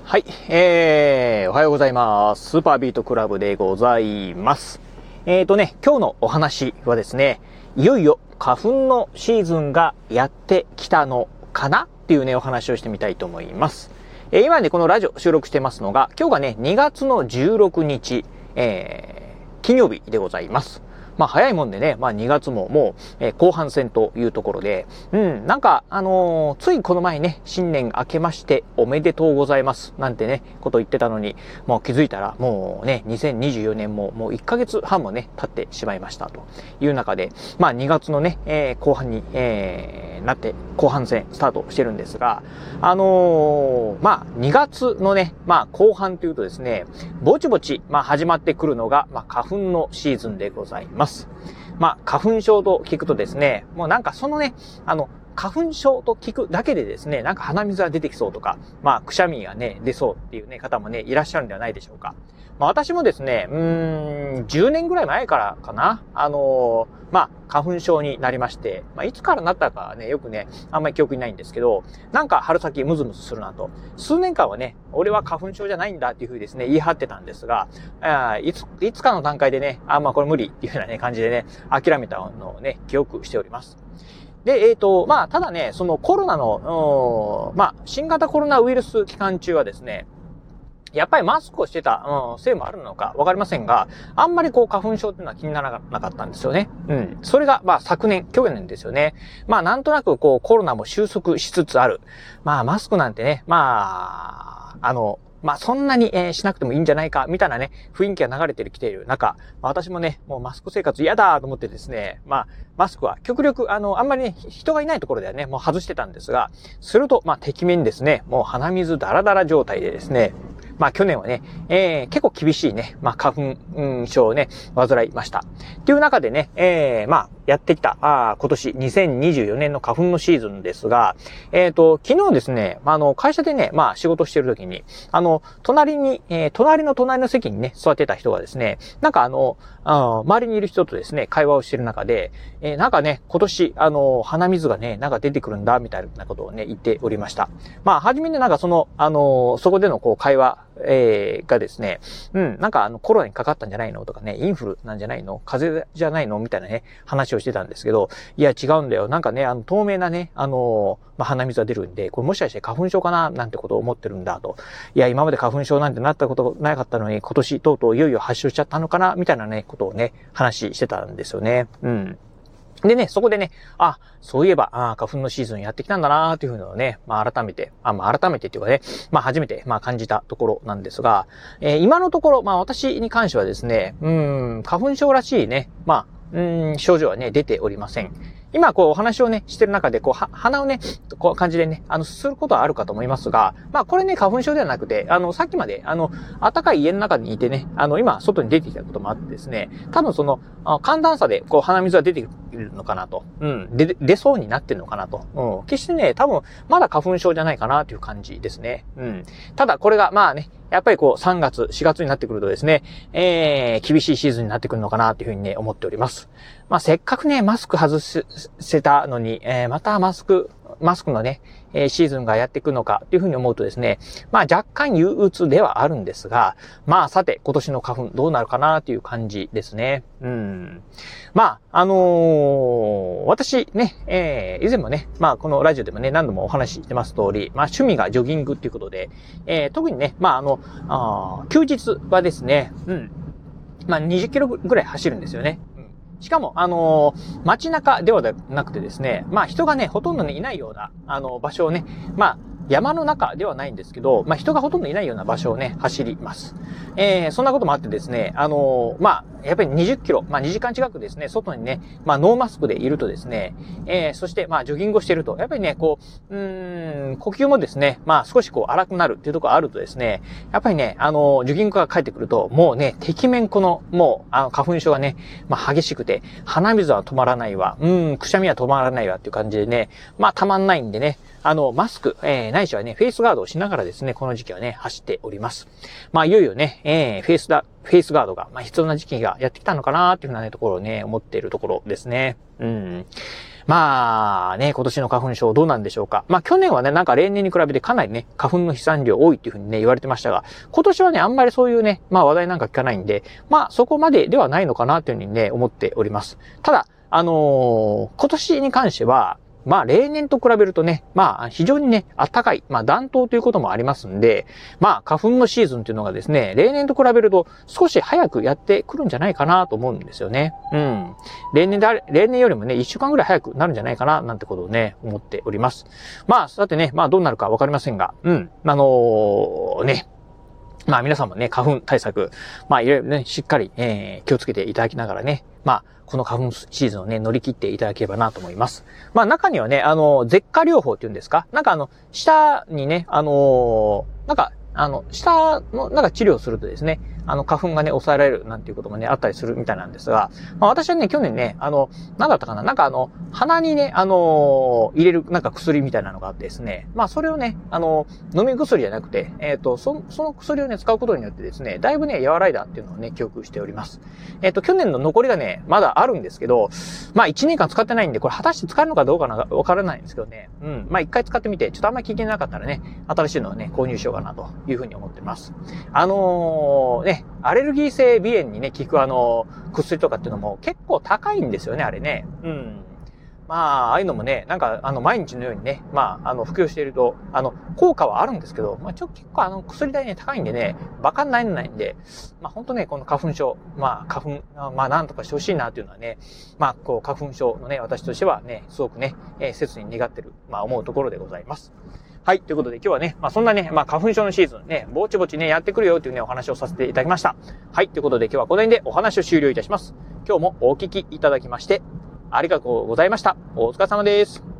はい、おはようございます。スーパービートクラブでございます。今日のお話はですね、いよいよ花粉のシーズンがやってきたのかなっていうね、お話をしてみたいと思います。今ね、このラジオ収録してますのが、今日がね、2月の16日、金曜日でございます。早いもんでね、2月ももう、後半戦というところで、ついこの前ね、新年明けましておめでとうございます。なんてね、こと言ってたのに、もう気づいたらもうね、2024年ももう1ヶ月半もね、経ってしまいましたという中で、2月のね、後半に、なって、後半戦スタートしてるんですが、2月のね、後半というとですね、ぼちぼち、始まってくるのが、花粉のシーズンでございます。花粉症と聞くとですね、もうなんかそのね、花粉症と聞くだけでですね、なんか鼻水が出てきそうとか、くしゃみがね、出そうっていうね、方もね、いらっしゃるんではないでしょうか。私もですね、10年ぐらい前からかな、花粉症になりまして、いつからなったかね、よくね、あんまり記憶にないんですけど、なんか春先ムズムズするなと。数年間はね、俺は花粉症じゃないんだっていうふうにですね、言い張ってたんですが、いつかの段階でね、これ無理っていうようなね、感じでね、諦めたのをね、記憶しております。で、ただね、そのコロナの、新型コロナウイルス期間中はですね、やっぱりマスクをしてた、せいもあるのかわかりませんが、あんまり花粉症っていうのは気にならなかったんですよね。それが、昨年、去年ですよね。なんとなくコロナも収束しつつある。マスクなんてね、そんなに、しなくてもいいんじゃないか、みたいなね、雰囲気が流れてきている中、私もね、もうマスク生活嫌だと思ってですね、マスクは極力、あんまりね、人がいないところではね、もう外してたんですが、すると、てきめんですね、もう鼻水ダラダラ状態でですね、去年はね、結構厳しいね、花粉症をね、患いました。っていう中でね、やってきた、今年2024年の花粉のシーズンですが、昨日ですね、会社でね、仕事してる時に、隣の席にね、座ってた人がですね、周りにいる人とですね、会話をしてる中で、今年、鼻水がね、出てくるんだ、みたいなことをね、言っておりました。初めにそこでの会話、がですね、コロナにかかったんじゃないのとかね、インフルなんじゃないの風邪じゃないのみたいなね、話をしてたんですけど、いや違うんだよ。透明なね、鼻水が出るんで、これもしかして花粉症かななんてことを思ってるんだと。いや、今まで花粉症なんてなったことなかったのに、今年とうとういよいよ発症しちゃったのかなみたいなね、ことをね、話してたんですよね。でね、そこでね、そういえば、花粉のシーズンやってきたんだなーっていうのをね、改めてっていうかね、初めて、感じたところなんですが、今のところ、私に関してはですね、花粉症らしいね、症状はね、出ておりません。今、お話をね、してる中で、鼻をね、感じでね、することはあるかと思いますが、これね、花粉症ではなくて、さっきまで、暖かい家の中にいてね、今、外に出てきたこともあってですね、多分寒暖差で、鼻水は出てくるのかなと。出そうになってるのかなと。決してね、多分、まだ花粉症じゃないかなという感じですね。ただ、これが、やっぱり3月、4月になってくるとですね、厳しいシーズンになってくるのかなというふうにね、思っております。せっかくね、マスク外せたのに、またマスクのね、シーズンがやってくるのかというふうに思うとですね、若干憂鬱ではあるんですが、さて、今年の花粉どうなるかなという感じですね。私ね、以前もね、このラジオでもね、何度もお話ししてます通り、趣味がジョギングということで、特にね、休日はですね、20キロぐらい走るんですよね。しかも、街中ではなくてですね、人がね、ほとんどね、いないような、場所をね、山の中ではないんですけど、人がほとんどいないような場所をね、走ります。そんなこともあってですね、やっぱり20キロ、2時間近くですね、外にね、ノーマスクでいるとですね、そして、ジョギングをしていると、やっぱりね、呼吸もですね、少し荒くなるっていうところがあるとですね、やっぱりね、ジョギングから帰ってくると、もうね、てきめんもう、花粉症がね、激しくて、鼻水は止まらないわ、くしゃみは止まらないわっていう感じでね、たまんないんでね、マスク、ないしはね、フェイスガードをしながらですね、この時期はね、走っております。いよいよね、フェイスフェイスガードが、必要な時期がやってきたのかなっていうふうなね、ところをね、思っているところですね。まあね、今年の花粉症どうなんでしょうか。去年はね、なんか例年に比べてかなりね、花粉の飛散量多いっていうふうにね、言われてましたが、今年はね、あんまりそういうね、話題なんか聞かないんで、そこまでではないのかなというふうにね、思っております。ただ、今年に関しては、例年と比べるとね、非常にね、暖かい、暖冬ということもありますんで、花粉のシーズンというのがですね、例年と比べると少し早くやってくるんじゃないかなと思うんですよね。例年よりもね、1週間ぐらい早くなるんじゃないかな、なんてことをね、思っております。さてね、どうなるかわかりませんが、皆さんもね、花粉対策、いろいろね、しっかり、気をつけていただきながらね、この花粉シーズンをね、乗り切っていただければなと思います。中にはね、舌下療法っていうんですか？舌にね、舌の治療をするとですね、花粉がね、抑えられるなんていうこともね、あったりするみたいなんですが、私はね、去年ね、なんだったかな、鼻にね、入れる薬みたいなのがあってですね、それをね、飲み薬じゃなくて、その薬をね、使うことによってですね、だいぶね、和らいだっていうのをね、記憶しております。去年の残りがね、まだあるんですけど、1年間使ってないんで、これ果たして使えるのかどうかわからないんですけどね、一回使ってみて、ちょっとあんまり聞いてなかったらね、新しいのをね、購入しようかなというふうに思ってます。アレルギー性鼻炎にね、効く薬とかっていうのも結構高いんですよね、あれね。ああいうのもね、毎日のようにね、服用していると、効果はあるんですけど、結構薬代ね、高いんでね、馬鹿にならないんで、本当ね、この花粉症、花粉、なんとかしてほしいなっていうのはね、花粉症のね、私としてはね、すごくね、切に願ってる、思うところでございます。はい。ということで今日はね、そんなね、花粉症のシーズンね、ぼちぼちね、やってくるよというね、お話をさせていただきました。はい。ということで今日はこの辺でお話を終了いたします。今日もお聞きいただきまして、ありがとうございました。お疲れ様です。